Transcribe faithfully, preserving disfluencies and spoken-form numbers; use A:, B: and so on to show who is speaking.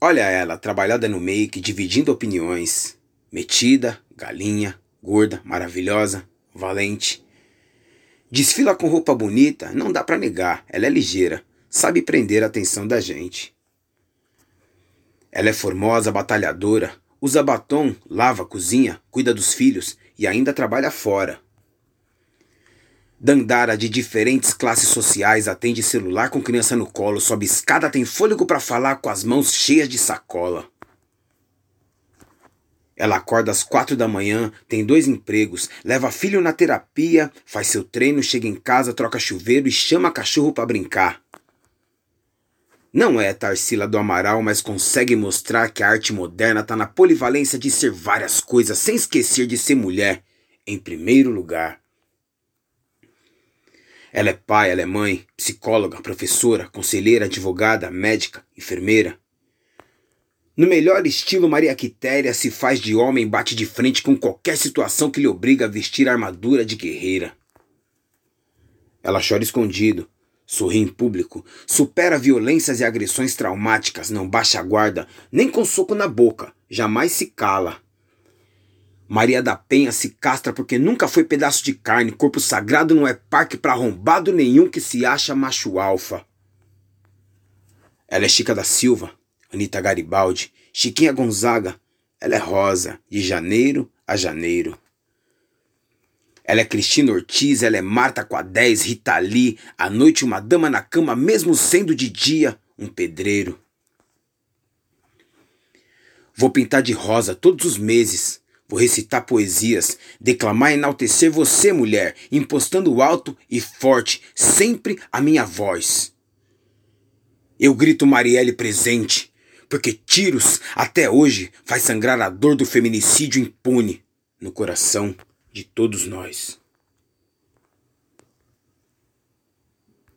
A: Olha ela, trabalhada no make, dividindo opiniões. Metida, galinha, gorda, maravilhosa, valente. Desfila com roupa bonita, não dá pra negar, ela é ligeira, sabe prender a atenção da gente. Ela é formosa, batalhadora, usa batom, lava, cozinha, cuida dos filhos e ainda trabalha fora. Dandara de diferentes classes sociais atende celular com criança no colo, sobe escada, tem fôlego para falar com as mãos cheias de sacola. Ela acorda às quatro da manhã, tem dois empregos, leva filho na terapia, faz seu treino, chega em casa, troca chuveiro e chama cachorro para brincar. Não é Tarsila do Amaral, mas consegue mostrar que a arte moderna está na polivalência de ser várias coisas, sem esquecer de ser mulher, em primeiro lugar. Ela é pai, ela é mãe, psicóloga, professora, conselheira, advogada, médica, enfermeira. No melhor estilo Maria Quitéria, se faz de homem e bate de frente com qualquer situação que lhe obriga a vestir a armadura de guerreira. Ela chora escondido, sorri em público, supera violências e agressões traumáticas, não baixa a guarda, nem com soco na boca, jamais se cala. Maria da Penha se castra porque nunca foi pedaço de carne, corpo sagrado não é parque pra arrombado nenhum que se acha macho alfa. Ela é Chica da Silva, Anitta Garibaldi, Chiquinha Gonzaga, ela é rosa, de janeiro a janeiro. Ela é Cristina Ortiz, ela é Marta com a dez, Rita Lee, à noite uma dama na cama, mesmo sendo de dia um pedreiro. Vou pintar de rosa todos os meses. Vou recitar poesias, declamar e enaltecer você, mulher, impostando alto e forte, sempre a minha voz. Eu grito Marielle presente, porque tiros, até hoje, faz sangrar a dor do feminicídio impune no coração de todos nós.